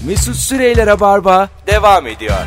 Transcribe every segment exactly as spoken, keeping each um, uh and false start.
Mesut Süreyler'e barba devam ediyor.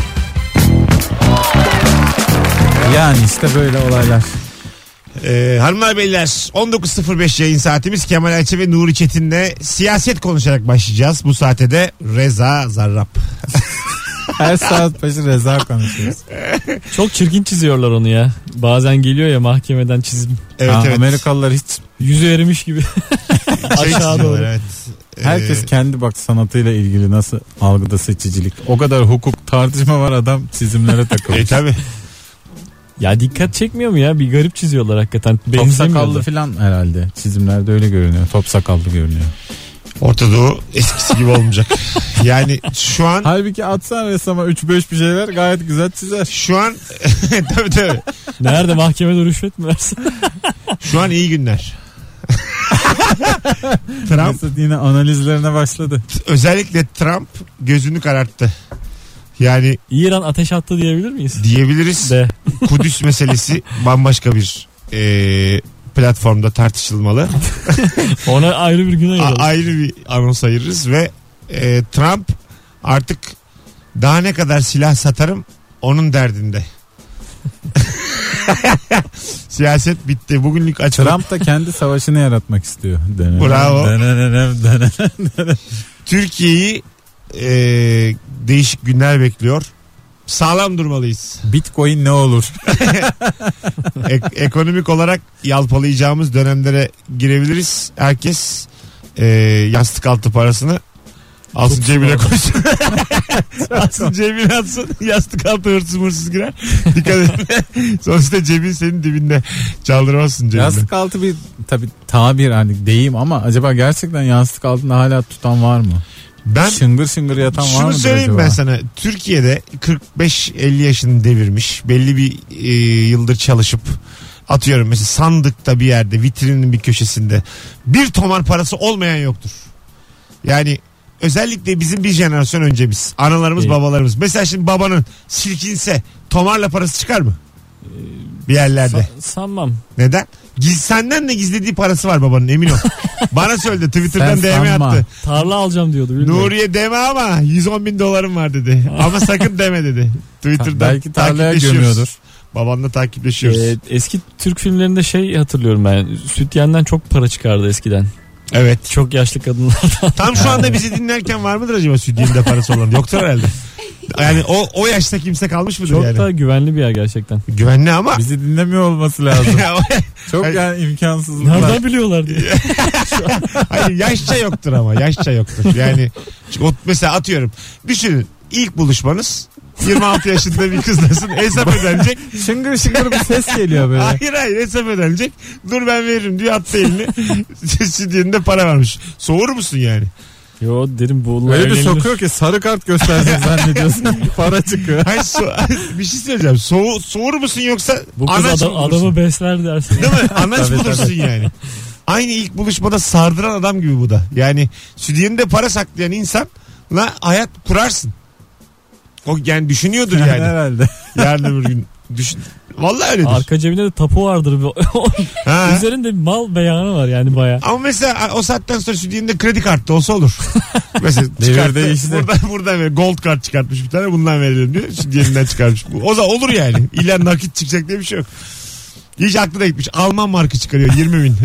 Yani işte böyle olaylar. Ee, hanımlar beyler on dokuz sıfır beş yayın saatimiz. Kemal Ayça ve Nuri Çetin'le siyaset konuşarak başlayacağız. Bu saate de Reza Zarrab. Her saat başı Reza konuşuyoruz. Çok çirkin çiziyorlar onu ya. Bazen geliyor ya mahkemeden çizim. Evet, Aa, evet. Amerikalılar hiç Yüzü erimiş gibi. Aşağı doğru. Evet. herkes Ee, kendi bak sanatıyla ilgili nasıl algıda seçicilik. O kadar hukuk tartışma var, adam çizimlere takılmış. E tabi. Ya dikkat çekmiyor mu ya? Bir garip çiziyorlar hakikaten. Top Benzemiyor sakallı da. falan herhalde. Çizimlerde öyle görünüyor. Top sakallı görünüyor. Orta Doğu eskisi gibi olmayacak. Yani şu an Halbuki atsan ressama üç beş bir şeyler gayet güzel çizer. şu an tabii tabii. Nerede mahkemede rüşvet mi versin? Şu an iyi günler. Trump Mesut yine analizlerine başladı. özellikle Trump gözünü kararttı. Yani İran ateş attı diyebilir miyiz? diyebiliriz. De. Kudüs meselesi bambaşka bir e, platformda tartışılmalı. Ona ayrı bir gün A- ayıralım. ayrı bir anons ayırırız ve e, Trump artık daha ne kadar silah satarım onun derdinde. Siyaset bitti. Bugünlük açık. Trump da kendi savaşını yaratmak istiyor. Bravo. Denenenem, denenenem. Türkiye'yi e, değişik günler bekliyor. Sağlam durmalıyız. Bitcoin ne olur? Ek- ekonomik olarak yalpalayacağımız dönemlere girebiliriz. Herkes e, yastık altı parasını alsın Tutsun cebine orada. koysun. Alsın cebine atsın. Yastık altı hırsız mırsız girer. Dikkat edin. Sonuçta cebin senin dibinde. Çaldırmazsın cebinde. Yastık altı bir tabi tabir hani deyim ama acaba gerçekten yastık altında hala tutan var mı? Ben Şıngır şıngır yatan var mı? şunu söyleyeyim ben sana. Türkiye'de kırk beş elli yaşını devirmiş. Belli bir e, yıldır çalışıp atıyorum mesela sandıkta bir yerde, vitrinin bir köşesinde bir tomar parası olmayan yoktur. Yani özellikle bizim bir jenerasyon önce biz. Analarımız, Evet. babalarımız. Mesela şimdi babanın silkinse tomarla parası çıkar mı? Bir yerlerde. Sa- sanmam. Neden? Giz, senden de gizlediği parası var babanın, emin ol. Bana söyledi, Twitter'dan Sen D M sanma. attı. Tarla alacağım diyordu. Bilmiyorum. Nuriye deme ama yüz on bin dolarım var dedi. Ama sakın deme dedi. Twitter'dan Belki tarlaya takipleşiyoruz. gömüyordur. Babanla takipleşiyoruz. Ee, eski Türk filmlerinde şey hatırlıyorum ben. Sütyen'den çok para çıkardı eskiden. Evet. Çok yaşlı kadınlardan. Tam şu anda bizi dinlerken var mıdır acaba sütyende parası olan? Yoktur herhalde. Yani o o yaşta kimse kalmış mıdır Çok yani? da güvenli bir yer gerçekten. Güvenli ama. Bizi dinlemiyor olması lazım. Çok Hayır. yani imkansız. Nereden biliyorlar diye. Hayır, yaşça yoktur ama. Yaşça yoktur. Yani o, mesela atıyorum. Düşünün, ilk buluşmanız yirmi altı yaşında bir kızlasın, hesap ödenecek. Şıngır şıngır bir ses geliyor böyle. Hayır hayır, hesap ödenecek. Dur ben veririm diyor, attı elini. Stüdyonda para varmış. Soğur musun yani? Yo derim bu Öyle bir evlenilir. sokuyor ki sarı kart göstersin zannediyorsun. Para çıkıyor. Hayır, so- bir şey söyleyeceğim. Soğu, soğur musun yoksa Bu kız anaç adam, mı bulursun? adamı besler dersin. Değil mi? Anaç Tabii, bulursun tabii. yani. Aynı ilk buluşmada sardıran adam gibi bu da. Yani stüdyonda para saklayan insanla hayat kurarsın. O yani düşünüyordur yani. Herhalde. Yarın öbür gün düşün. Vallahi öyledir. Arka cebinde de tapu vardır. Ha. Üzerinde bir mal beyanı var yani baya. Ama mesela o saatten sonra stüdyonda kredi kartı olsa olur. Mesela Devir çıkarttı. değişti. Buradan, buradan ver. Gold kart çıkartmış bir tane, bundan verelim diyor. Stüdyondan çıkartmış. O zaman olur yani. İlla nakit çıkacak diye bir şey yok. Hiç aklına gitmiş. Alman markı çıkarıyor yirmi bin.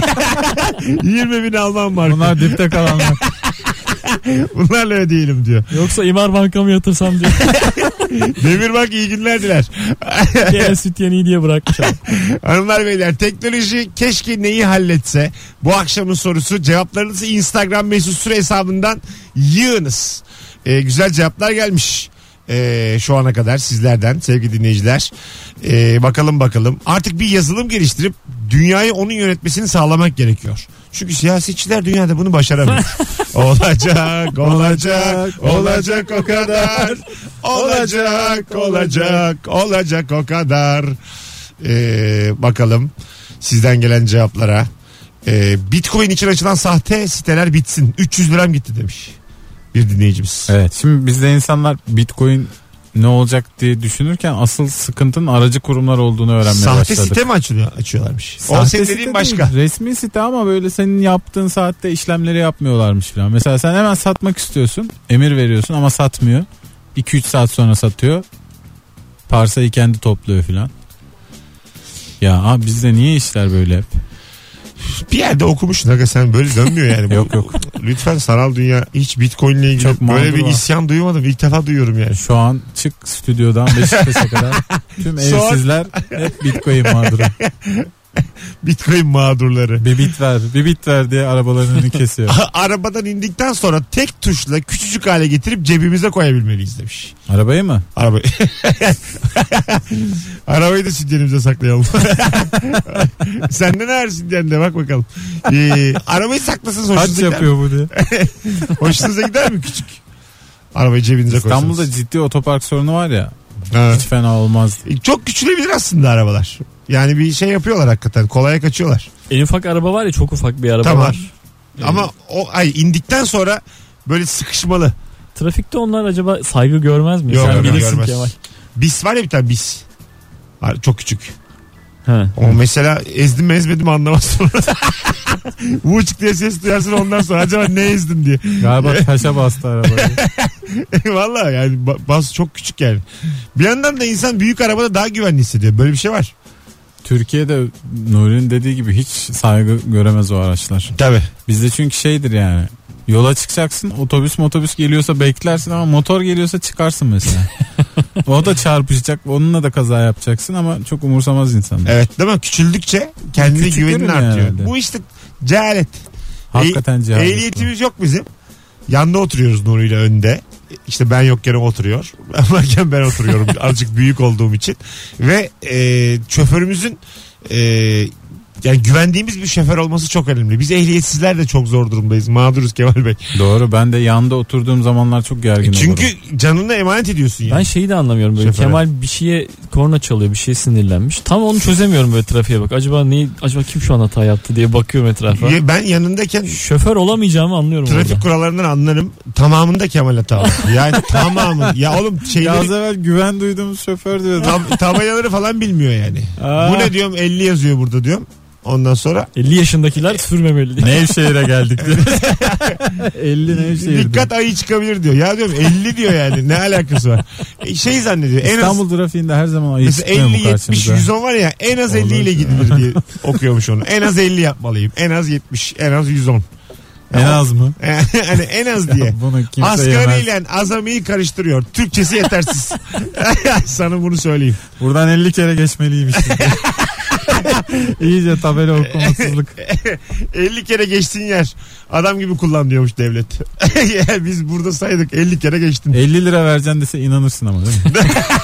yirmi bin Alman markı. Bunlar dipte kalanlar. Bunlarla ödeyelim diyor. Yoksa İmar Bank'a mı yatırsam diye. Demirbank iyi günler diler. Gene sütyen iyi diye bırakmış abi. Hanımlar beyler, teknoloji keşke neyi halletse? Bu akşamın sorusu. Cevaplarınızı Instagram mesut süre hesabından yığınız. Ee, güzel cevaplar gelmiş. Ee, şu ana kadar sizlerden sevgili dinleyiciler. Ee, bakalım bakalım. Artık bir yazılım geliştirip dünyayı onun yönetmesini sağlamak gerekiyor. Çünkü siyasetçiler dünyada bunu başaramıyor. olacak, olacak, olacak o kadar. Olacak, olacak, olacak o kadar. Ee, bakalım sizden gelen cevaplara. Ee, Bitcoin için açılan sahte siteler bitsin. üç yüz liram gitti demiş bir dinleyicimiz. Evet, şimdi bizde insanlar Bitcoin ne olacak diye düşünürken asıl sıkıntının aracı kurumlar olduğunu öğrenmeye Sahte başladık. site mi açılıyor, açıyorlarmış? Sahte O senin site dediğin değil, başka. resmi site ama böyle senin yaptığın saatte işlemleri yapmıyorlarmış falan. Mesela sen hemen satmak istiyorsun. Emir veriyorsun ama satmıyor. iki üç saat sonra satıyor. Parsayı kendi topluyor falan. Ya abi bizde niye işler böyle hep? Bir yerde okumuşsun aga, sen böyle dönmüyor yani. Yok yok. Lütfen sanal dünya, hiç Bitcoin ile ilgili Çok böyle bir mağdur var. isyan duymadım. İlk defa duyuyorum yani. Şu an çık stüdyodan Beşiktaş'a kadar tüm Son- evsizler hep Bitcoin mağduru. Bitcoin mağdurları. Bir bit ver, bir bit ver diye arabaların önünü kesiyor. Arabadan indikten sonra tek tuşla küçücük hale getirip cebimize koyabilmeliyiz demiş. Arabayı mı? Arabayı. Arabayı da sütyenimize saklayalım. Sende ne var sütyende, bak bakalım. Ee, arabayı saklasın, hoşunuza Kaç gider yapıyor bu diye. mi? Hoşunuza gider mi küçük? Arabayı cebinize koysanız. İstanbul'da ciddi otopark sorunu var ya. Ha. Hiç fena olmaz. E, Çok küçülebilir aslında arabalar. Yani bir şey yapıyorlar hakikaten. Kolaya kaçıyorlar. En ufak araba var ya, çok ufak bir araba Tamam. var. Ama o ay indikten sonra böyle sıkışmalı. Trafikte onlar acaba saygı görmez mi? Yok, Sen görmez, bilirsin görmez. Kemal. Bis var ya bir tane bis. Ha, çok küçük. He. O mesela ezdim mi ezmedim mi anlamaz sonra. Vuçuk diye ses duyarsın ondan sonra acaba ne ezdim diye. Galiba taşa bastı arabayı. Vallahi yani ba- bas çok küçük yani. Bir yandan da insan büyük arabada daha güvenli hissediyor. Böyle bir şey var. Türkiye'de Nuri'nin dediği gibi hiç saygı göremez o araçlar. Tabii. Bizde çünkü şeydir yani. Yola çıkacaksın, otobüs motobüs geliyorsa beklersin ama motor geliyorsa çıkarsın mesela. O da çarpışacak, onunla da kaza yapacaksın ama çok umursamaz insanlar. Evet değil mi? Küçüldükçe kendine Küçük güvenin görünüyor artıyor. herhalde. Bu işte cehalet. Hakikaten E- cehalet. Ehliyetimiz yok bizim. Yanda oturuyoruz Nuri ile önde. İşte ben yokken o oturuyor. Ben varken ben oturuyorum. Azıcık büyük olduğum için. Ve e, şoförümüzün e, yani güvendiğimiz bir şoför olması çok önemli. Biz ehliyetsizler de çok zor durumdayız. Mağduruz Kemal Bey. Doğru, ben de yanda oturduğum zamanlar çok gergin Çünkü olurum. canını emanet ediyorsun yani. Ben şeyi de anlamıyorum böyle. Şoföre. Kemal bir şeye korna çalıyor, bir şeye sinirlenmiş. Tam onu çözemiyorum böyle trafiğe bak. Acaba ne, acaba kim şu an hata yaptı diye bakıyorum etrafa. Ya ben yanındayken Şoför olamayacağımı anlıyorum trafik orada. kurallarından anlarım. Tamamında Kemal hatalı. Yani tamamı. Ya oğlum Ya az şeyleri evvel güven duyduğumuz şoför diyordu. tam, tabelaları falan bilmiyor yani. Aa. Bu ne diyorum, elli yazıyor burada diyorum. Ondan sonra elli yaşındakiler sürmemeli diye. Nevşehir'e geldik diyor. elli Nevşehir. dikkat ayı çıkabilir diyor. Ya diyorum elli diyor yani, ne alakası var. E, Şey zannediyor en az İstanbul trafiğinde her zaman ayı mesela çıkmıyor mu elli yetmiş karşımıza? yüz on var ya, en az elli ile gidilir diye okuyormuş onu. En az elli yapmalıyım. En az yetmiş, en az yüz on. En az mı? Hani en az diye. Bunu kimse Asgari yemez. ile azamiyi karıştırıyor. Türkçesi yetersiz. Sana bunu söyleyeyim. Buradan elli kere geçmeliymişiz. İyice tabela okumasızlık. elli kere geçtin yer. Adam gibi kullan diyormuş devlet. Yani biz burada saydık elli kere geçtin. elli lira vereceksin dese inanırsın ama değil mi?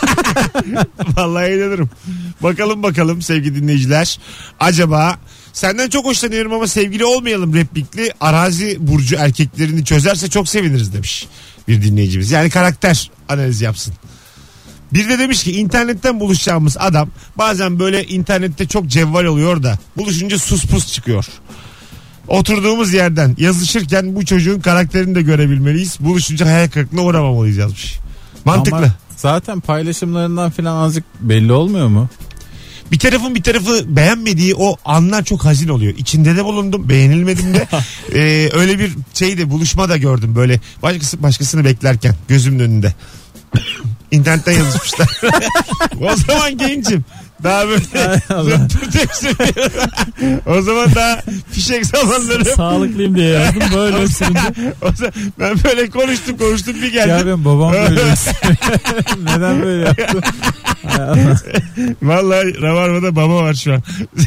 Vallahi inanırım. Bakalım bakalım sevgili dinleyiciler. Acaba senden çok hoşlanıyorum ama sevgili olmayalım replikli arazi burcu erkeklerini çözerse çok seviniriz demiş bir dinleyicimiz. Yani karakter analizi yapsın. Bir de demiş ki internetten buluşacağımız adam bazen böyle internette çok cevval oluyor da buluşunca sus pus çıkıyor. Oturduğumuz yerden yazışırken bu çocuğun karakterini de görebilmeliyiz. Buluşunca hayal kırıklığına uğramamalıyız yazmış. Mantıklı. Ama zaten paylaşımlarından falan azıcık belli olmuyor mu? Bir tarafın bir tarafı beğenmediği o anlar çok hazin oluyor. İçinde de bulundum, beğenilmedim de. Ee, öyle bir şey de, buluşma da gördüm böyle başkası başkasını beklerken gözümün önünde. İnternetten yazışmışlar. O zaman gencim. Daha böyle o zaman daha fişek zamanları. Sağlıklıyım diye yazdım böyle ısırınca. O zaman ben böyle konuştum konuştum bir geldim. Ya ben babam böyle neden böyle yaptı? Vallahi Rabarba'da baba var şu an.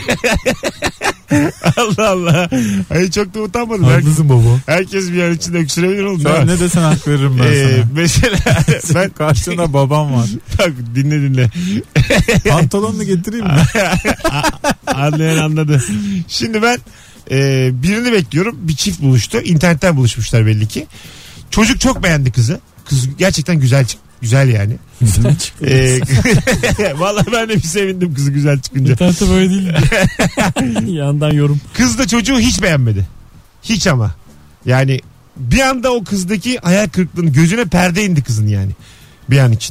Allah Allah. Ay çok da utanmadım. Haklısın baba. Herkes bir an içinde öksürebilir oğlum. Şu an ne desen hak veririm ben Ee, sana. mesela ben Karşında babam var. bak dinle dinle. Pantolonunu getireyim mi? Anlayan anladı. Şimdi ben e, birini bekliyorum. Bir çift buluştu. İnternetten buluşmuşlar belli ki. Çocuk çok beğendi kızı. Kız gerçekten güzel çık- güzel yani. Ee, vallahi ben de bir sevindim kızı güzel çıkınca. İnternette böyle değil. Yandan yorum. Kız da çocuğu hiç beğenmedi. Hiç ama. Yani bir anda o kızdaki hayal kırıklığının gözüne perde indi kızın yani. Bir an için.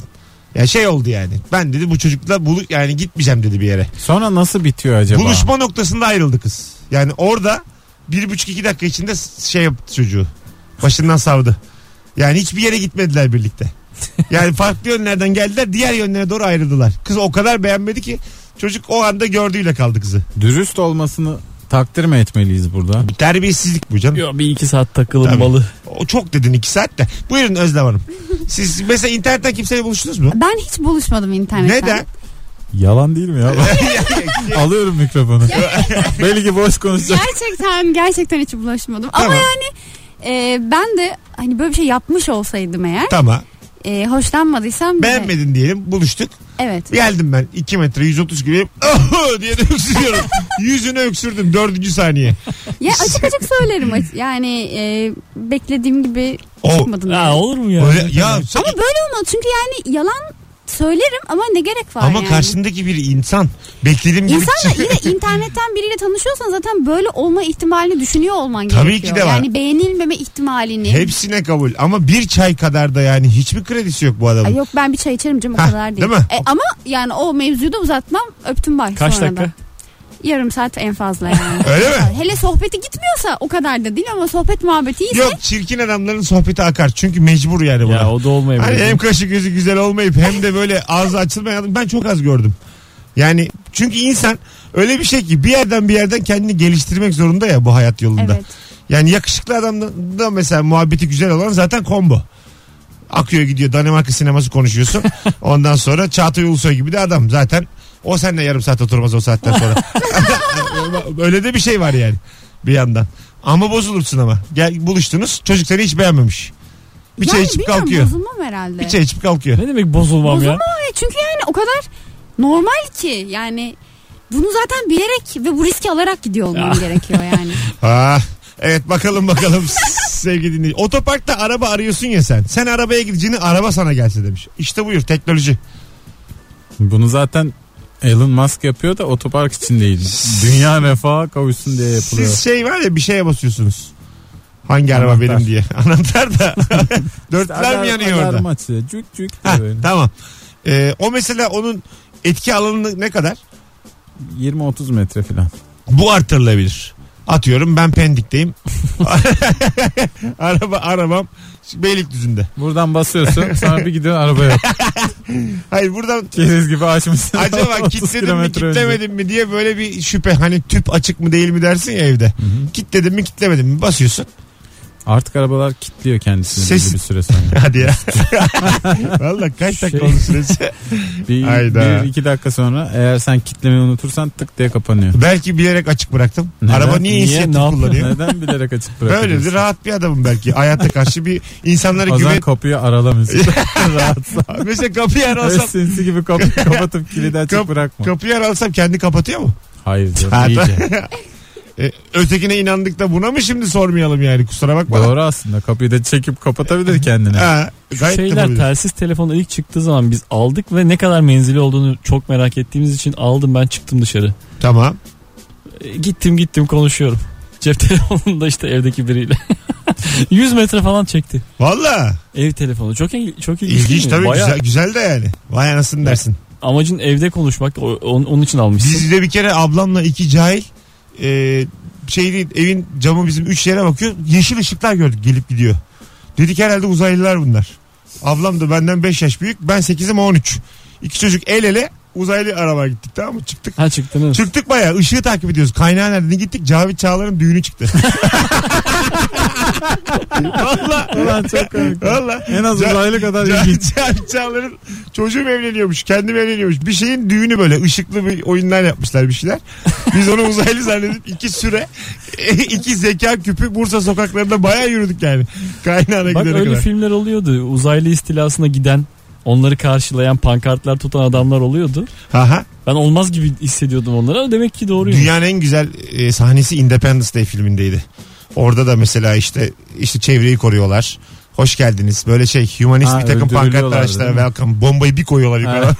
Ya şey oldu yani. Ben dedi bu çocukla bulu yani gitmeyeceğim dedi bir yere. Sonra nasıl bitiyor acaba? Buluşma noktasında ayrıldı kız. Yani orada bir buçuk iki dakika içinde şey yaptı çocuğu. Başından savdı. Yani hiçbir yere gitmediler birlikte. Yani farklı yönlerden geldiler, diğer yönlere doğru ayrıldılar. Kız o kadar beğenmedi ki çocuk o anda gördüğüyle kaldı kızı. Dürüst olmasını takdir mi etmeliyiz burada? Bir terbiyesizlik bu canım. Yo, bir iki saat takılınmalı. O çok dedin iki saat de. Buyurun Özlem Hanım. Siz mesela internetten kimseyle buluştunuz mu? Ben hiç buluşmadım internetten. Neden? Yalan değil mi ya? Alıyorum mikrofonu. Belki boş konuşacak. Gerçekten gerçekten hiç bulaşmadım. Tamam. Ama yani e, ben de hani böyle bir şey yapmış olsaydım eğer. Tamam. E, hoşlanmadıysam. Beğenmedin diyelim, buluştuk. Evet. Geldim ben iki metre yüz otuz kiloyum oh! diye de öksürüyorum. Yüzüne öksürdüm dördüncü saniye. Ya açık açık söylerim. Yani e, beklediğim gibi O- çıkmadım. Ha, yani. olur mu ya? Öyle, ya sen- Ama böyle olmalı çünkü yani yalan söylerim ama ne gerek var ama yani. karşındaki bir insan. Beklediğim gibi. İnsan da yine internetten biriyle tanışıyorsan zaten böyle olma ihtimalini düşünüyor olman Tabii gerekiyor. ki de var. Yani beğenilmeme ihtimalini. Hepsine kabul. Ama bir çay kadar da yani hiçbir kredisi yok bu adamın. Ay yok ben bir çay içerim canım o Hah, kadar değil. değil mi? E, ama yani o mevzuyu da uzatmam, öptüm bay Kaç sonra dakika? da. Yarım saat en fazla yani. Öyle mi? Hele sohbeti gitmiyorsa o kadar da değil ama sohbet muhabbeti iyiyse. Yok, çirkin adamların sohbeti akar. Çünkü mecbur yani buna. Ya o da olmayabilir. Hani hem kaşı gözü güzel olmayıp hem de böyle ağzı açılmayan adam ben çok az gördüm. Yani çünkü insan öyle bir şey ki bir yerden bir yerden kendini geliştirmek zorunda ya bu hayat yolunda. Evet. Yani yakışıklı adamda da mesela muhabbeti güzel olan zaten combo. Akıyor gidiyor, Danimarka sineması konuşuyorsun. Ondan sonra Çağatay Ulusoy gibi de adam zaten. O seninle yarım saat oturmaz o saatten sonra. Öyle de bir şey var yani bir yandan. Ama bozulursun ama. Gel buluştunuz, çocuk seni hiç beğenmemiş. Bir çay yani içip bilmiyorum, kalkıyor. bozulmam herhalde. Bir çay içip kalkıyor. Ne demek bozulmam Bozulmam ya? evet. Çünkü yani o kadar normal ki yani bunu zaten bilerek ve bu riski alarak gidiyor olmam gerekiyor yani. Ah, evet bakalım bakalım sevgili dinleyici. Otoparkta araba arıyorsun ya sen. Sen arabaya gideceğini araba sana gelse demiş. İşte buyur teknoloji. Bunu zaten Elon Musk yapıyor da otopark için değil. Dünya refaha kavuşsun diye yapılıyor. Siz şey var ya bir şeye basıyorsunuz. Hangi araba Anahtar. benim diye. Anahtar da dörtler mi yanıyor orada? Alarm açıyor. Cük cük Heh, diye böyle. tamam. Ee, o mesela onun etki alanı ne kadar? yirmi otuz metre falan. Bu artırılabilir. Atıyorum ben Pendik'teyim. Araba arabam Beylikdüzü'nde. Buradan basıyorsun sonra bir gidiyorsun araba yok. Hayır buradan Keriz gibi açmışsın. acaba otuz kilitledim mi kilometre önce. kilitlemedim mi diye böyle bir şüphe. Hani tüp açık mı değil mi dersin ya evde. Kilitledim mi kilitlemedim mi basıyorsun. Artık arabalar kilitliyor kendisini Ses- belli bir süre sonra. Hadi ya. Valla kaç dakika Şey- oldu süresi? Bir, Hayda. bir iki dakika sonra eğer sen kilitlemeyi unutursan tık diye kapanıyor. Belki bilerek açık bıraktım. Neden? Araba niye Niye? inisiyatif Ne yapıyor? kullanıyor? Neden bilerek açık bırakıyorsun? Böyle bir rahat bir adamım belki. Hayata karşı bir insanlara O zaman güven. kapıyı aralamıyorsun. Rahatsa. Mesela kapıyı Öyle aralsam, sinsi gibi kapıyı kapatıp kilidi açık Kap- bırakma. kapıyı aralsam kendi kapatıyor mu? Hayır canım Ha, iyice. E, ötekine inandık da buna mı şimdi sormayalım yani, kusura bakma. Doğru aslında kapıyı da çekip kapatabilir kendine. Ha, gayet de Şeyler yapabilir. telsiz telefon ilk çıktığı zaman biz aldık ve ne kadar menzili olduğunu çok merak ettiğimiz için aldım, ben çıktım dışarı. Tamam. E, gittim gittim konuşuyorum. Cep telefonunda işte evdeki biriyle. yüz metre falan çekti. Valla. Ev telefonu. Çok il- çok ilginç, İlginç değil mi? tabii, Bayağı güzel, güzel de yani. Vay anasını dersin. amacın evde konuşmak, o- onun, onun için almışsın. Biz de bir kere ablamla iki cahil e, şeyin, evin camı bizim üç yere bakıyor. Yeşil ışıklar gördük gelip gidiyor. Dedik herhalde uzaylılar bunlar. Ablam da benden beş yaş büyük. Ben sekizim, on üç. İki çocuk el ele uzaylı arabaya gittik, tamam mı? Çıktık. Ha çıktınız. Çıktık bayağı, ışığı takip ediyoruz. Kaynağı nerede gittik? Cavit Çağlar'ın düğünü çıktı. Valla. Ulan çok komik. Valla. En az Ca- uzaylı kadar Ca- ilginç. Cavit Çağlar'ın çocuğum evleniyormuş. Kendim evleniyormuş. Bir şeyin düğünü böyle. Işıklı bir oyunlar yapmışlar, bir şeyler. Biz onu uzaylı zannedip iki süre iki zeka küpü Bursa sokaklarında bayağı yürüdük yani. Kaynağına Bak gidene öyle kadar. filmler oluyordu. Uzaylı istilasına giden, onları karşılayan, pankartlar tutan adamlar oluyordu. Aha. Ben olmaz gibi hissediyordum onları ama demek ki doğruymuş. Dünyanın en güzel e, sahnesi Independence Day filmindeydi. Orada da mesela işte işte çevreyi koruyorlar. Hoş geldiniz. Böyle şey humanist Ha, bir takım pankartlar öldürülüyorlar, açtılar. değil mi? Welcome. Bombayı bir koyuyorlar yukarı.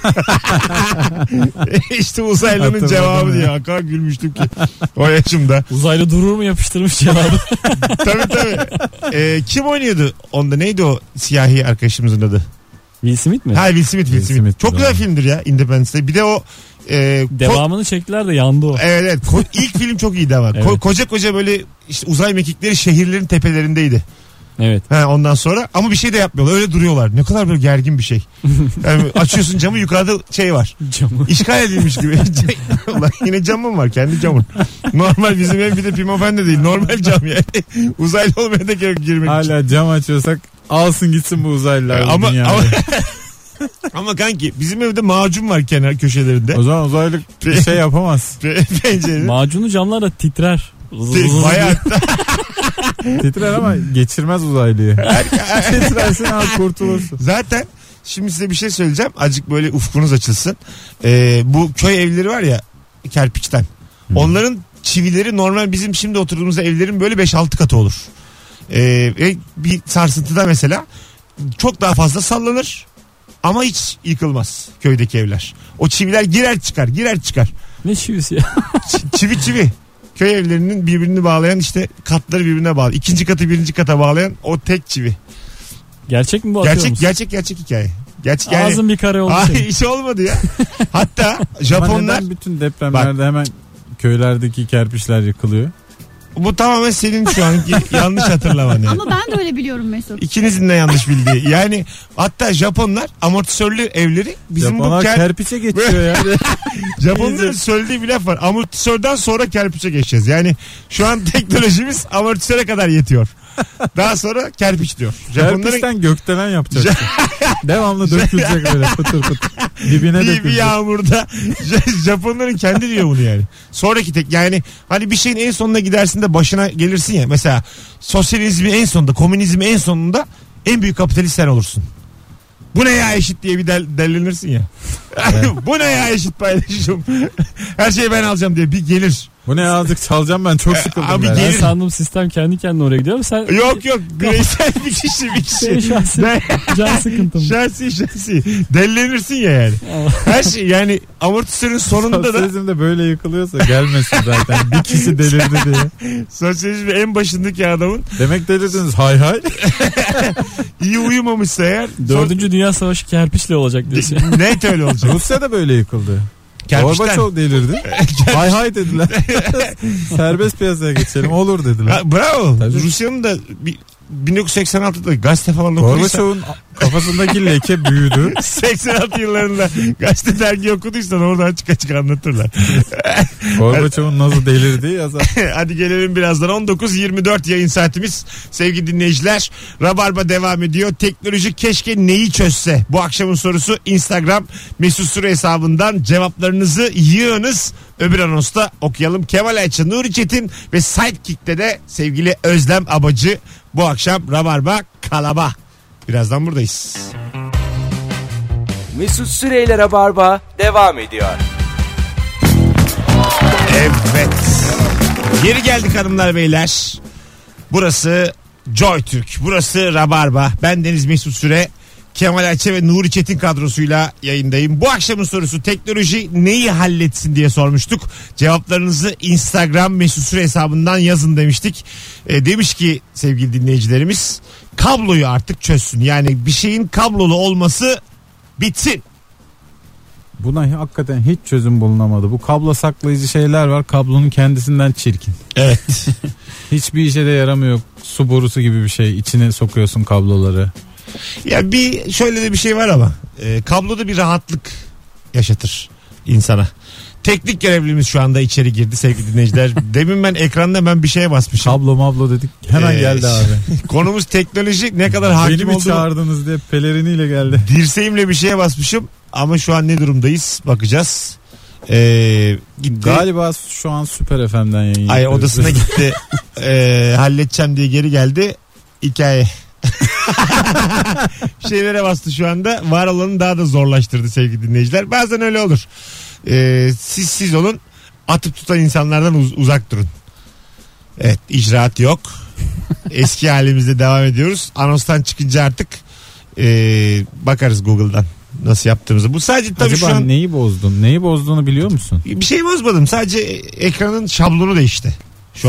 İşte uzaylının Hatırladım cevabı ya. diye. Hakikaten gülmüştüm ki. O yaşımda. Uzaylı durur mu yapıştırmış cevabı. Tabii tabii. E, kim oynuyordu onda? Neydi o siyahi arkadaşımızın adı? Will Smith mi? Ha Will Smith, Will, Will Smith. Smith, Çok güzel doğru. filmdir ya Independence Day. Bir de o e, ko- Devamını çektiler de yandı o. evet evet. Ko- ilk film çok iyiydi ama. Evet. Ko- koca koca böyle işte uzay mekikleri şehirlerin tepelerindeydi. Evet. Ha, ondan sonra ama bir şey de yapmıyorlar. Öyle duruyorlar. Ne kadar böyle gergin bir şey. Yani açıyorsun camı, yukarıda şey var. Camı. İşgal edilmiş gibi. Ulan yine camım var, kendi camın. Normal bizim ev bir de pimapen de değil. Normal cam yani. Uzaylı olmaya da gerek girmek için. Hala cam açıyorsak alsın gitsin bu uzaylılar. Ama, dünyaya. ama, ama kanki bizim evde macun var kenar köşelerinde. O zaman uzaylı bir şey yapamaz. Pencerede. Macunu camlar da titrer. Bayağı Titrer ama geçirmez uzaylıyı. Titrersin al kurtulursun. zaten şimdi size bir şey söyleyeceğim. Azıcık böyle ufkunuz açılsın. Ee, bu köy evleri var ya kerpiçten. Onların çivileri normal bizim şimdi oturduğumuz evlerin böyle beş altı katı olur. Ee, ve bir sarsıntıda mesela çok daha fazla sallanır ama hiç yıkılmaz köydeki evler. O çiviler girer çıkar girer çıkar. Ne şivisi ya? Ç- çivi çivi. Köy evlerinin birbirini bağlayan işte katları birbirine bağlı. İkinci katı birinci kata bağlayan o tek çivi. Gerçek mi bu, atıyor Gerçek musun? gerçek gerçek hikaye. Gerçek yani. Ağzın bir kare oldu Ay, senin. hiç olmadı ya. Hatta Ama Japonlar neden bütün depremlerde hemen köylerdeki kerpiçler yıkılıyor? bu tamamen senin şu anki yanlış hatırlaman yani. Ama ben de öyle biliyorum Mesut. İkinizin de yanlış bildiği. Yani hatta Japonlar amortisörlü evleri bizim Japonlar bu ker... kerpiçe geçiyor ya. Japonların söylediği bir laf var. Amortisörden sonra kerpiçe geçeceğiz. Yani şu an teknolojimiz amortisöre kadar yetiyor. Daha sonra kerpiç diyor. Japonların Kerpiçten gökdelen yapacaksın. Devamlı dökülecek böyle pıtır pıtır. Dibine bir, bir dökülecek. yağmurda Japonların kendi diyor bunu yani. Sonraki tek yani hani bir şeyin en sonuna gidersin de başına gelirsin ya. Mesela sosyalizmi en sonunda, komünizmi en sonunda en büyük kapitalist sen olursun. Bu ne ya eşit diye bir del, dellenirsin ya. Bu ne ya eşit paylaşım. Her şeyi ben alacağım diye bir gelir. Bu ne azıcık çalacağım ben çok sıkıldım. Abi ben. gel- Ben Gelir. sandım sistem kendi kendine oraya gidiyor ama sen... Yok yok bireysel bir kişi bir Senin kişi. şahsi, Ben- can sıkıntım. Şahsi şahsi. Dellenirsin ya yani. Her şey yani amortisörün sonunda da Sosyalizm de böyle yıkılıyorsa gelmesin zaten. Bir kişi delirdi diye. sosyalizmin en başındaki adamın Demek delirdiniz hay hay. iyi uyumamışsa eğer Dördüncü Dünya Savaşı kerpiçle olacak diyorsun. son- net öyle olacak. Rusya da böyle yıkıldı. Kerpiçten. Gorbaçov delirdi. hay hay dediler. Serbest piyasaya geçelim olur dediler. Ha, bravo. Tabii. Rusya'nın da bir, bin dokuz yüz seksen altıda gazete falan okuduysa Gorbaçov'un kafasındaki leke büyüdü. seksen altı yıllarında gazete dergi okuduysan oradan açık açık anlatırlar. Gorbaçov'un nasıl delirdiği yazar. Hadi gelelim birazdan. on dokuz yirmi dört yayın saatimiz. Sevgili dinleyiciler, Rabarba devam ediyor. Teknoloji keşke neyi çözse? Bu akşamın sorusu Instagram Mesut Süre hesabından cevaplarınızı yığınız. Öbür anonsta okuyalım. Kemal Ayça, Nuri Çetin ve Sidekick'te de sevgili Özlem Abacı bu akşam Rabarba Kalaba. Birazdan buradayız. Mesut Süreyler'e barba devam ediyor. Evet. Geri geldik hanımlar beyler. Burası Joy Türk. Burası Rabarba. Ben Deniz Mesut Süre. Kemal Ayça ve Nuri Çetin kadrosuyla yayındayım. Bu akşamın sorusu teknoloji neyi halletsin diye sormuştuk. Cevaplarınızı Instagram Mesut Süre hesabından yazın demiştik. E, demiş ki sevgili dinleyicilerimiz kabloyu artık çözsün. Yani bir şeyin kablolu olması bitsin. Buna hakikaten hiç çözüm bulunamadı. Bu kablo saklayıcı şeyler var. Kablonun kendisinden çirkin. Evet. Hiçbir işe de yaramıyor. Su borusu gibi bir şey. İçine sokuyorsun kabloları. Ya bir şöyle de bir şey var ama e, kabloda bir rahatlık yaşatır insana. Teknik görevlimiz şu anda içeri girdi sevgili dinleyiciler. Demin ben ekranda ben bir şeye basmışım. Kablo mablo dedik. Hemen Ee, geldi abi. Konumuz teknoloji, ne kadar hakim Beni mi olduğunu çağırdınız diye peleriniyle geldi. dirseğimle bir şeye basmışım. Ama şu an ne durumdayız bakacağız. Ee, gitti. Galiba şu an Süper F M'den yayın Ay yapıyoruz. odasına gitti. Ee, halledeceğim diye geri geldi. Hikaye. Şeylere bastı şu anda. Var olanı daha da zorlaştırdı sevgili dinleyiciler. Bazen öyle olur. Ee, siz siz olun. Atıp tutan insanlardan uz- uzak durun. Evet, icraat yok. Eski halimizde devam ediyoruz. Anonstan çıkınca artık ee, bakarız Google'dan nasıl yaptığımızı. Bu sadece tabii Acaba şu an neyi bozdun? Neyi bozduğunu biliyor musun? bir şey bozmadım. Sadece ekranın şablonu değişti şu anda.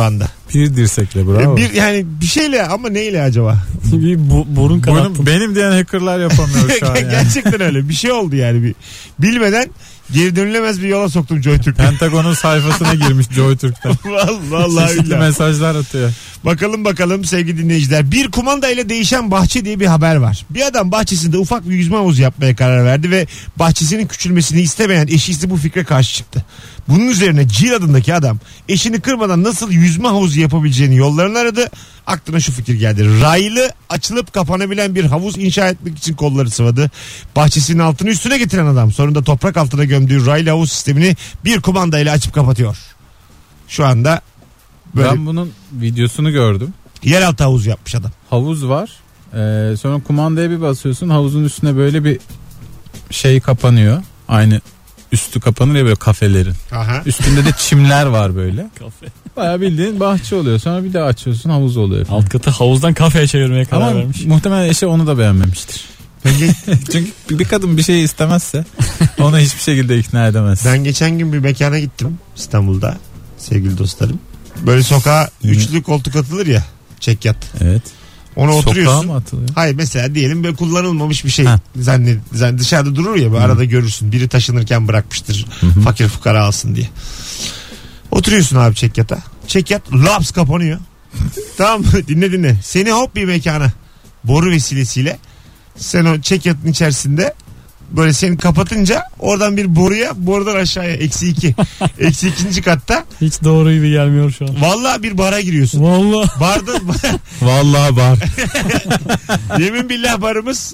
Bir dirsekle bravo. Bir yani bir şeyle ama neyle acaba? Bir bu, burun kanattım. Benim, benim diyen hackerlar yapamıyor şu an yani. Gerçekten öyle bir şey oldu yani. Bir, bilmeden geri dönülemez bir yola soktum JoyTürk'ü. Pentagon'un sayfasına girmiş JoyTürk'ten. Vallahi Çeşitli billahi. mesajlar atıyor. Bakalım bakalım sevgili dinleyiciler. Bir kumanda ile değişen bahçe diye bir haber var. Bir adam bahçesinde ufak bir yüzme havuzu yapmaya karar verdi ve bahçesinin küçülmesini istemeyen eşisi bu fikre karşı çıktı. Bunun üzerine Jill adındaki adam eşini kırmadan nasıl yüzme havuzu yapabileceğini yollarını aradı. Aklına şu fikir geldi. Raylı açılıp kapanabilen bir havuz inşa etmek için kolları sıvadı. Bahçesinin altını üstüne getiren adam sonunda toprak altına gömdüğü raylı havuz sistemini bir kumanda ile açıp kapatıyor. Şu anda böyle Ben bunun videosunu gördüm. yeraltı havuzu yapmış adam. Havuz var. Ee, sonra kumandaya bir basıyorsun. Havuzun üstüne böyle bir şey kapanıyor. Aynı üstü kapanır ya böyle kafelerin. Aha. Üstünde de çimler var böyle. Kafe. Bayağı bildiğin bahçe oluyor. Sonra bir daha açıyorsun havuz oluyor. Alt katı havuzdan kafeye çevirmeye karar Ama vermiş. muhtemelen eşi onu da beğenmemiştir. Çünkü bir kadın bir şeyi istemezse onu hiçbir şekilde ikna edemez. Ben geçen gün bir mekana gittim İstanbul'da sevgili dostlarım. Böyle sokağa üçlü koltuk atılır ya, çekyat. Evet. Ona Sokağa oturuyorsun. mı atılıyor? Hayır mesela diyelim böyle kullanılmamış bir şey Ha. zannet, zannet dışarıda durur ya, böyle arada görürsün. Biri taşınırken bırakmıştır. Hı-hı. Fakir fukara alsın diye. Oturuyorsun abi çekyata. Çekyat laps kapanıyor. Tamam mı? Dinle dinle. Seni hop bir mekana boru vesilesiyle sen o çekyatın içerisinde böyle seni kapatınca oradan bir boruya, borudan aşağıya eksi iki. Eksi ikinci katta Hiç doğru gibi gelmiyor şu an. vallahi bir bara giriyorsun. Vallahi. Barda Vallahi var. yemin billah barımız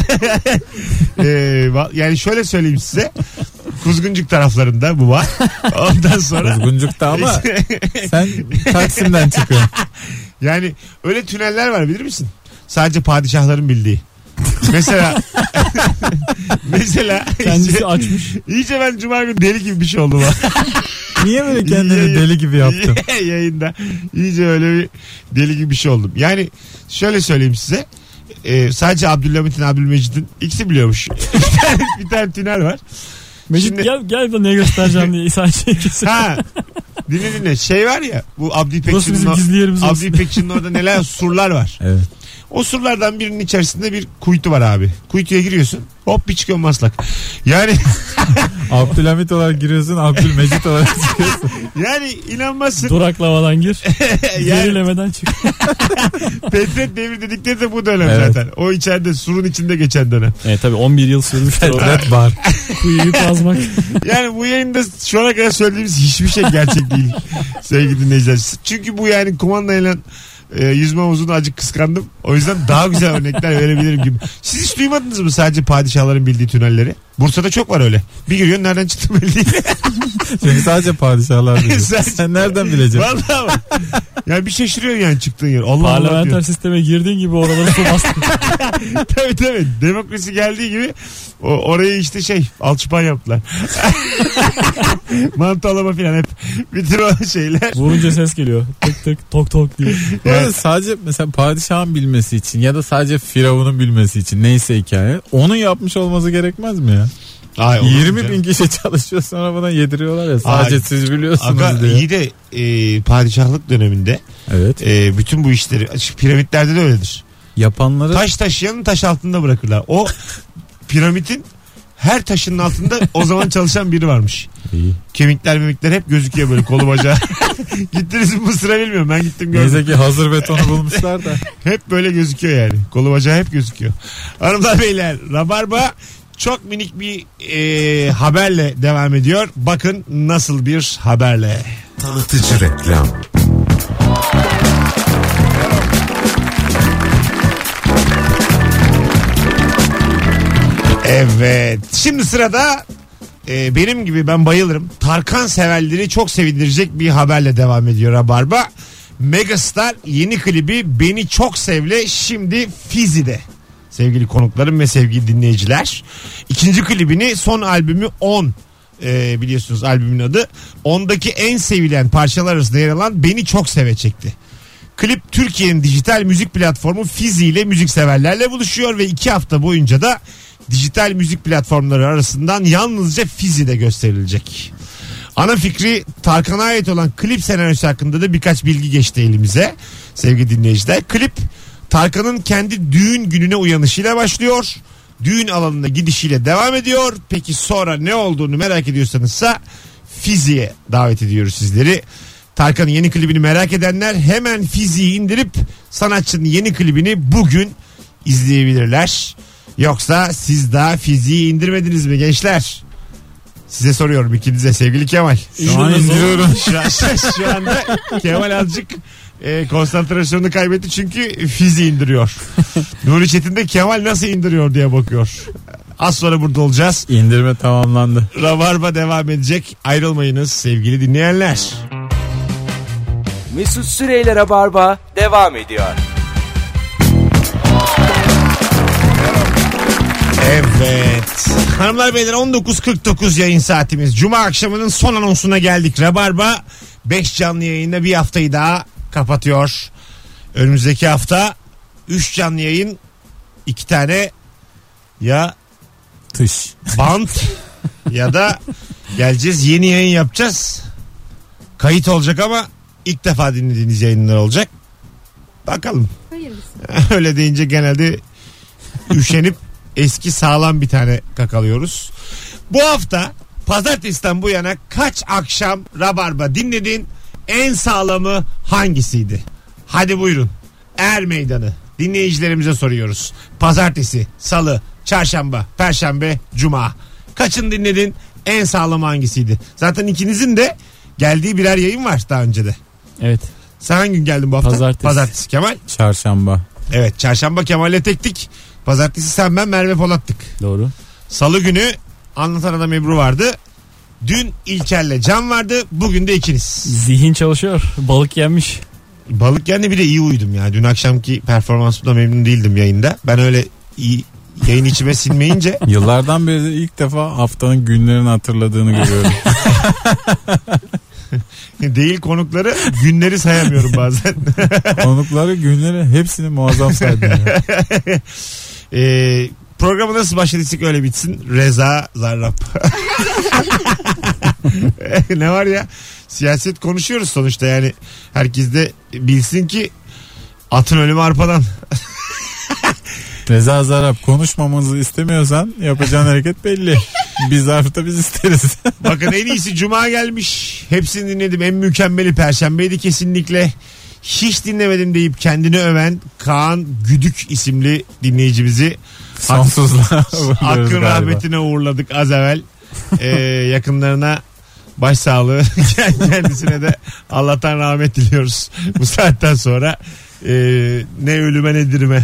ee, va- yani şöyle söyleyeyim size, Kuzguncuk taraflarında bu var. Ondan sonra Kuzguncuk'ta ama sen Taksim'den çıkıyorsun. yani öyle tüneller var bilir misin? Sadece padişahların bildiği. Mesela mesela Kendisi iyice, açmış. iyice ben cuma günü deli gibi bir şey oldum. Niye böyle kendini Yayın- deli gibi yaptın? Yayında iyice öyle bir deli gibi bir şey oldum. Yani şöyle söyleyeyim size. Ee, sadece Abdülhamit'in, Abdülmecit'in ikisi biliyormuş. bir, tane, bir tane tünel var. Mecit Şimdi- gel gel de ne göstereceğim diye İsa şey kesin. Ha. Dinle dinle. Şey var ya, bu Abdi Burası İpekçi'nin bizim o- gizli yerimiz Abdi olsun. İpekçi'nin orada neler surlar var. Evet. O surlardan birinin içerisinde bir kuytu var abi. Kuytuya giriyorsun. Hop bir çıkıyor maslak. Yani Abdülhamit olarak giriyorsun, Abdülmecit olarak çıkıyorsun. yani inanmazsın. Duraklamadan gir. yani Gerilemeden çık. Petret devri dedikleri de bu dönem Evet. zaten. O içeride surun içinde geçen dönem. Evet tabii on bir yıl sürmüştür o Red bar. kuyuyu kazmak. Yani bu yayında şu ana kadar söylediğimiz hiçbir şey gerçek değil sevgili dinleyiciler. Çünkü bu yani kumandayla e, yüzme havuzunu acık kıskandım. O yüzden daha güzel örnekler verebilirim gibi. Siz hiç duymadınız mı sadece padişahların bildiği tünelleri? Bursa'da çok var öyle. Bir giriyorsun nereden çıktı belli değil. Çünkü sadece padişahlar biliyor. Sadece- Sen nereden bileceksin? Vallahi bak. Yani bir şaşırıyorsun yani çıktığın yer. Allah Allah Parlamenter diyor. sisteme girdiğin gibi oraları su bastı. Tabii tabii. Demokrasi geldiği gibi o, orayı işte şey alçıpan yaptılar. Mantı alama falan hep. Bütün o şeyler. Vurunca ses geliyor. Tık tık tok tok diye. Bu arada sadece mesela padişahın bilmesi için ya da sadece firavunun bilmesi için neyse hikaye, onun yapmış olması gerekmez mi ya? Ay, olur mu yirmi canım? bin kişi çalışıyor sonra buna yediriyorlar ya, sadece Ay, siz biliyorsunuz Aga diye. iyi de e, padişahlık döneminde Evet. e, bütün bu işleri açık piramitlerde de öyledir. Yapanları Taş taşıyanı taş altında bırakırlar. O piramidin her taşının altında o zaman çalışan biri varmış. iyi. Kemikler memikler hep gözüküyor böyle kolu bacağı. Gittiniz mi Mısır'a bilmiyorum, ben gittim gördüm. Neyse ki hazır betonu bulmuşlar da. Hep böyle gözüküyor yani. Kolu bacağı hep gözüküyor. Hanımlar beyler, Rabarba çok minik bir e, haberle devam ediyor. Bakın nasıl bir haberle. Tanıtıcı reklam. Evet. Şimdi sırada e, benim gibi, ben bayılırım, Tarkan severleri çok sevindirecek bir haberle devam ediyor Rabarba. Megastar yeni klibi Beni Çok Sevle şimdi Fizi'de. Sevgili konuklarım ve sevgili dinleyiciler. İkinci klibini son albümü on, e, biliyorsunuz albümün adı. ondaki en sevilen parçalar arasında yer alan Beni Çok Seve çekti. Klip Türkiye'nin dijital müzik platformu Fizi ile müzikseverlerle buluşuyor ve iki hafta boyunca da dijital müzik platformları arasından yalnızca Fizi'de gösterilecek. Ana fikri Tarkan'a ait olan klip senaryosu hakkında da birkaç bilgi geçti elimize sevgili dinleyiciler. Klip Tarkan'ın kendi düğün gününe uyanışıyla başlıyor. Düğün alanına gidişiyle devam ediyor. Peki sonra ne olduğunu merak ediyorsanızsa Fizi'ye davet ediyoruz sizleri. Tarkan'ın yeni klibini merak edenler hemen Fizi'yi indirip sanatçının yeni klibini bugün izleyebilirler. Yoksa siz daha Fizi'yi indirmediniz mi gençler? Size soruyorum ikinize sevgili Kemal. Şu an indiriyorum. Şu, an, şu anda Kemal azıcık e, konsantrasyonunu kaybetti çünkü Fizi indiriyor. Nuri Çetin de Kemal nasıl indiriyor diye bakıyor. Az sonra burada olacağız. İndirme tamamlandı. Rabarba devam edecek. Ayrılmayınız sevgili dinleyenler. Mesut Süreyler'e barba devam ediyor. Evet. Hanımlar beyler on dokuz kırk dokuz yayın saatimiz. Cuma akşamının son anonsuna geldik. Rabarba beş canlı yayında bir haftayı daha kapatıyor. Önümüzdeki hafta üç canlı yayın, iki tane ya Tış. bant ya da geleceğiz yeni yayın yapacağız. Kayıt olacak ama ilk defa dinlediğiniz yayınlar olacak. Bakalım. Hayırlısı. Öyle deyince genelde üşenip eski sağlam bir tane kakalıyoruz. Bu hafta pazartesiden bu yana kaç akşam Rabarba dinledin? En sağlamı hangisiydi? Hadi buyurun. Er meydanı. Dinleyicilerimize soruyoruz. Pazartesi, salı, çarşamba, perşembe, cuma. Kaçını dinledin? En sağlamı hangisiydi? Zaten ikinizin de geldiği birer yayın var daha önce de. Evet. Sen hangi gün geldin bu hafta? Pazartesi. Pazartesi Kemal. Çarşamba. Evet, çarşamba Kemal'le tektik. Pazartesi sen ben Merve Polat'tık. Doğru. Salı günü Anlatan Adam Ebru vardı. Dün İlker'le Can vardı. Bugün de ikiniz. Zihin çalışıyor. Balık yenmiş. Balık yani bir de iyi uyudum ya. Dün akşamki performansımda memnun değildim yayında. Ben öyle iyi yayın içime sinmeyince. Yıllardan beri de ilk defa haftanın günlerini hatırladığını görüyorum. Değil konukları, günleri sayamıyorum bazen. Konukları, günleri hepsini muazzam saydım. Ee, programı nasıl başladıysak öyle bitsin. Reza Zarrab. Ne var ya? Siyaset konuşuyoruz sonuçta yani. Herkes de bilsin ki atın ölümü arpadan. Reza Zarrab, konuşmamızı istemiyorsan yapacağın hareket belli. Biz zarfta biz isteriz. Bakın en iyisi Cuma gelmiş. Hepsini dinledim. En mükemmeli Perşembeydi kesinlikle. Hiç dinlemedim deyip kendini öven Kaan Güdük isimli dinleyicimizi Sonsuzluğa hakkın rahmetine uğurladık az evvel. Ee, yakınlarına başsağlığı, kendisine de Allah'tan rahmet diliyoruz. Bu saatten sonra e, ne ölüme ne dirime.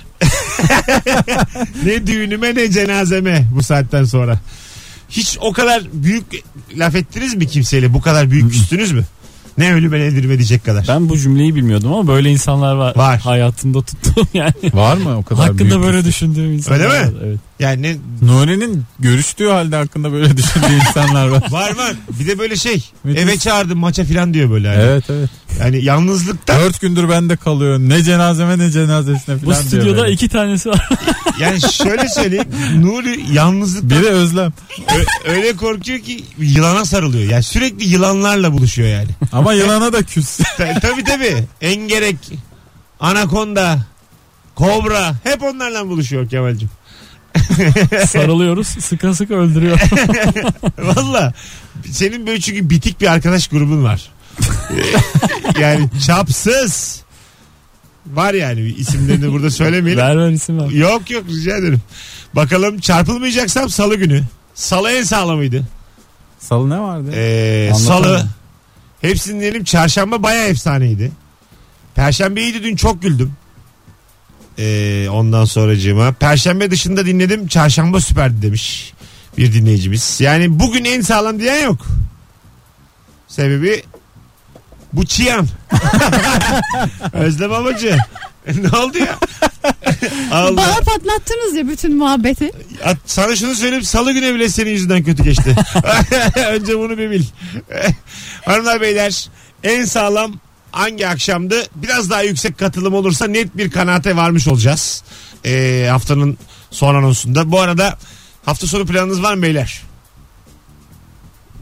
Ne düğünüme ne cenazeme bu saatten sonra. Hiç o kadar büyük laf ettiniz mi kimseyle? Bu kadar büyük küstünüz mü? Ne ölüme ne dirime diyecek kadar. Ben bu cümleyi bilmiyordum ama böyle insanlar var. Var. Hayatımda tuttuğum yani. Var mı o kadar Hakkında büyük böyle küstü? düşündüğüm insanlar Öyle mi? var. Evet. Yani ne, Nuri'nin görüştüğü halde hakkında böyle düşündüğü insanlar var. var var. Bir de böyle şey Müthiş. eve çağırdım maça filan diyor böyle. Yani. Evet evet. Yani yalnızlıkta Dört gündür bende kalıyor. Ne cenazeme ne cenazesine Bu falan diyor. stüdyoda böyle. iki tanesi var. yani şöyle söyleyeyim Nuri yalnızlıkta Biri Özlem. Ö- öyle korkuyor ki yılana sarılıyor. Yani sürekli yılanlarla buluşuyor yani. Ama yılana da küs. Ta- tabii tabii. Engerek, anakonda, kobra hep onlarla buluşuyor Kemal'cim. Sarılıyoruz. Sıka sıka öldürüyor. Valla senin böyle çünkü bitik bir arkadaş grubun var. Yani çapsız. Var yani isimlerini burada söylemeyelim. ver ver isim ver. Yok yok rica ederim. Bakalım çarpılmayacaksam salı günü. Salı en sağlamıydı. Salı ne vardı? Ee, Anlatamam. salı. Hepsini diyelim çarşamba baya efsaneydi. Perşembeydi dün çok güldüm. Ee, ondan sonracığıma. Perşembe dışında dinledim. Çarşamba süperdi demiş bir dinleyicimiz. Yani bugün en sağlam diyen yok. Sebebi bu çiyan. Özlem amacı. Ne oldu ya? Allah. Bana patlattınız ya bütün muhabbeti. At, sana şunu söyleyeyim salı günü bile senin yüzünden kötü geçti. Önce bunu bir bil. Hanımlar beyler en sağlam hangi akşamdı? Biraz daha yüksek katılım olursa net bir kanaate varmış olacağız. Ee, haftanın son anonsunda. Bu arada hafta sonu planınız var mı beyler?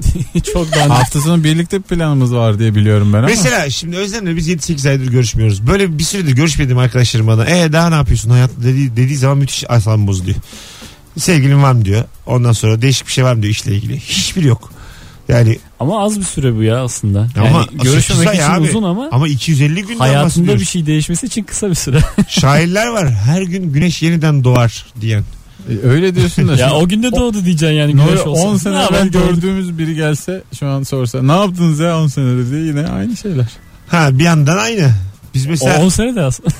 Çok daha Hafta sonu birlikte bir planımız var diye biliyorum ben ama. Mesela şimdi Özlem'le biz yedi sekiz aydır görüşmüyoruz. Böyle bir süredir görüşmediğim arkadaşlarım bana e daha ne yapıyorsun hayatta dediği, dediği zaman müthiş aslan bozuluyor. Sevgilin var mı diyor. Ondan sonra değişik bir şey var mı diyor işle ilgili. Hiçbir yok. Yani ama az bir süre bu ya aslında. Yani ama görüşmemek için abi. uzun ama, ama iki yüz elli günden hayatında bahsediyoruz. bir şey değişmesi için kısa bir süre. Şairler var. Her gün güneş yeniden doğar diyen. E, öyle diyorsun da. Ya o günde doğdu diyeceksin yani güneş olsa. on sene Ne evvel yapalım, doğdu. gördüğümüz biri gelse şu an sorsa ne yaptınız ya on senedir diye yine aynı şeyler. Ha bir yandan aynı. Biz mesela O on sene de aslında.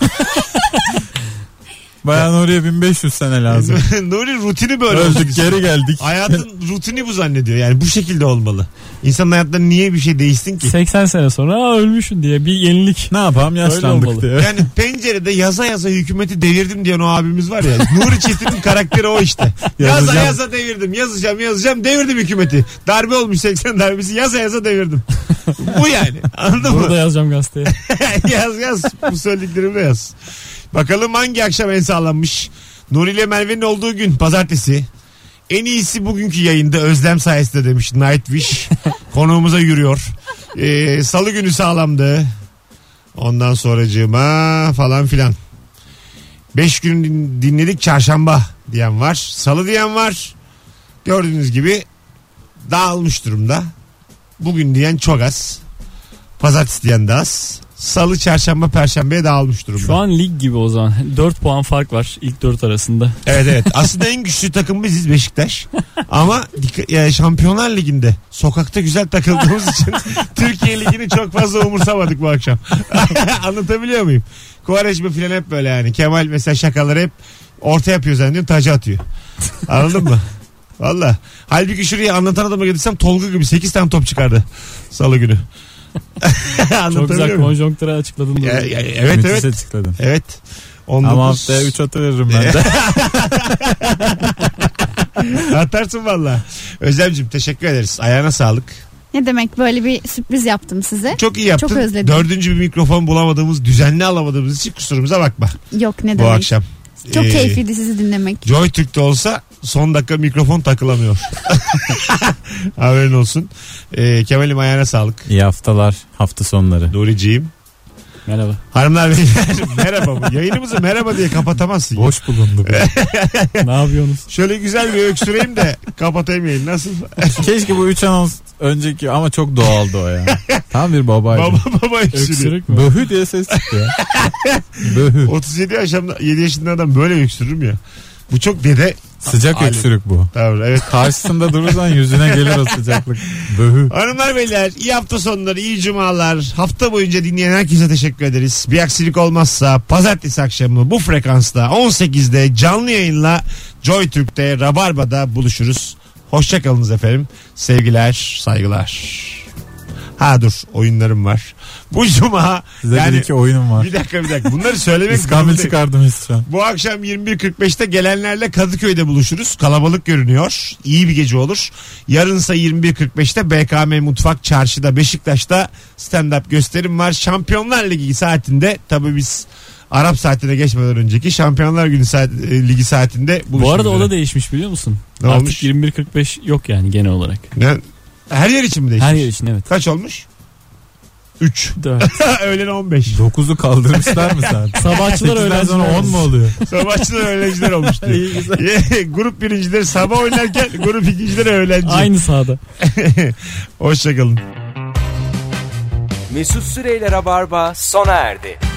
Bayan oraya bin beş yüz sene lazım. Nuri rutini böyle oldu. Öldük geri geldik. Hayatın rutini bu zannediyor. Yani bu şekilde olmalı. İnsanın hayatında niye bir şey değişsin ki? seksen sene sonra aa, ölmüşsün diye bir yenilik. Ne yapalım yaşlandık olmalı. diye. Yani pencerede yaza yaza hükümeti devirdim diyen o abimiz var ya. Nuri Çetin'in karakteri o işte. Yaza Yazacağım. yaza devirdim. Yazacağım yazacağım devirdim hükümeti. Darbe olmuş seksen darbesi yaza yaza devirdim. Bu yani. Anladın mı? Burada yazacağım gazeteye. yaz yaz. Bu söylediklerimi de yaz. Bakalım hangi akşam en sağlanmış? Nuri ile Merve'nin olduğu gün pazartesi. En iyisi bugünkü yayında Özlem sayesinde demiş Nightwish. Konuğumuza yürüyor. Ee, Salı günü sağlamdı. Ondan sonracığıma falan filan. Beş gün din- dinledik çarşamba diyen var. Salı diyen var. Gördüğünüz gibi dağılmış durumda. Bugün diyen çok az. Pazartesi diyen de az. Salı, çarşamba, perşembeye dağılmış durumda. Şu an lig gibi o zaman. dört puan fark var ilk dört arasında. Evet evet. Aslında en güçlü takım biziz Beşiktaş. Ama yani Şampiyonlar Ligi'nde sokakta güzel takıldığımız için Türkiye Ligi'ni çok fazla umursamadık bu akşam. Anlatabiliyor muyum? Kuvareşme filan hep böyle yani. Kemal mesela şakaları hep orta yapıyor zannediyorum, tacı atıyor. Anladın mı? Valla. Halbuki şuraya anlatan adama getirsem Tolga gibi sekiz tane top çıkardı Salı günü. Çok güzel konjonktürü açıkladın. Ya, ya, evet Müthiş evet. açıkladın. Evet. on dokuz... Ama haftaya üç atı veririm ben de. Atarsın valla. Özlemciğim teşekkür ederiz. Ayağına sağlık. Ne demek, böyle bir sürpriz yaptım size. Çok iyi yaptın. Çok özledim. Dördüncü bir mikrofon bulamadığımız, düzenli alamadığımız için kusurumuza bakma. Yok ne Bu demek. akşam. Çok Ee, keyifliydi sizi dinlemek. Joy Türk'te olsa son dakika mikrofon takılamıyor. Haberin olsun. Ee, Kemal'im ayağına sağlık. İyi haftalar, hafta sonları. Nuri'ciğim. Merhaba. Hanımlar beyler merhaba mı? Yayınımızı merhaba diye kapatamazsın. ya. Boş bulundum. Ne yapıyorsunuz? Şöyle güzel bir öksüreyim de kapatayım yayını. Nasıl? Keşke bu üç anons önceki ama çok doğaldı o ya. Tam bir babaydı. baba baba öksürüyor. Öksürük mü? Böhü diye ses çıktı ya. Böhü. otuz yedi yaşında, yedi yaşında adam böyle öksürür mü ya? Bu çok dede. Sıcak Alet. öksürük bu. Tamam evet. Karşısında durursan yüzüne gelir o sıcaklık. Böhü. Hanımlar beyler iyi hafta sonları, iyi cumalar. Hafta boyunca dinleyen herkese teşekkür ederiz. Bir aksilik olmazsa pazartesi akşamı bu frekansta on sekizde canlı yayınla Joy Türk'te Rabarba'da buluşuruz. Hoşçakalınız efendim. Sevgiler, saygılar. Ha dur, oyunlarım var. Bu cuma Size yani bir iki oyunum var. bir dakika bir dakika bunları söylemek İskambil zorundayım. çıkardım hiç şu an. Bu akşam yirmi bir kırk beşte gelenlerle Kadıköy'de buluşuruz. Kalabalık görünüyor. İyi bir gece olur. Yarınsa yirmi bir kırk beşte B K M Mutfak Çarşı'da Beşiktaş'ta stand-up gösterim var. Şampiyonlar Ligi saatinde tabii biz Arap saatine geçmeden önceki Şampiyonlar Günü saat, Ligi saatinde buluşuruz. Bu arada o da değişmiş biliyor musun? Ne Artık olmuş? yirmi bir kırk beş yok yani genel olarak. Ne? Her yer için mi değişmiş? Her yer için evet. Kaç olmuş? üç. dört. Öğlen on beş. dokuzu kaldırmışlar mı saat? Sabahçılar sekizden öğlenciler. sonra on mu oluyor? Savaşçılar öğrenciler olmuş diyor. Grup birincileri sabah oynarken grup ikincileri öğlenci. Aynı sahada. Hoşçakalın. Mesut Süreyler'e barba sona erdi.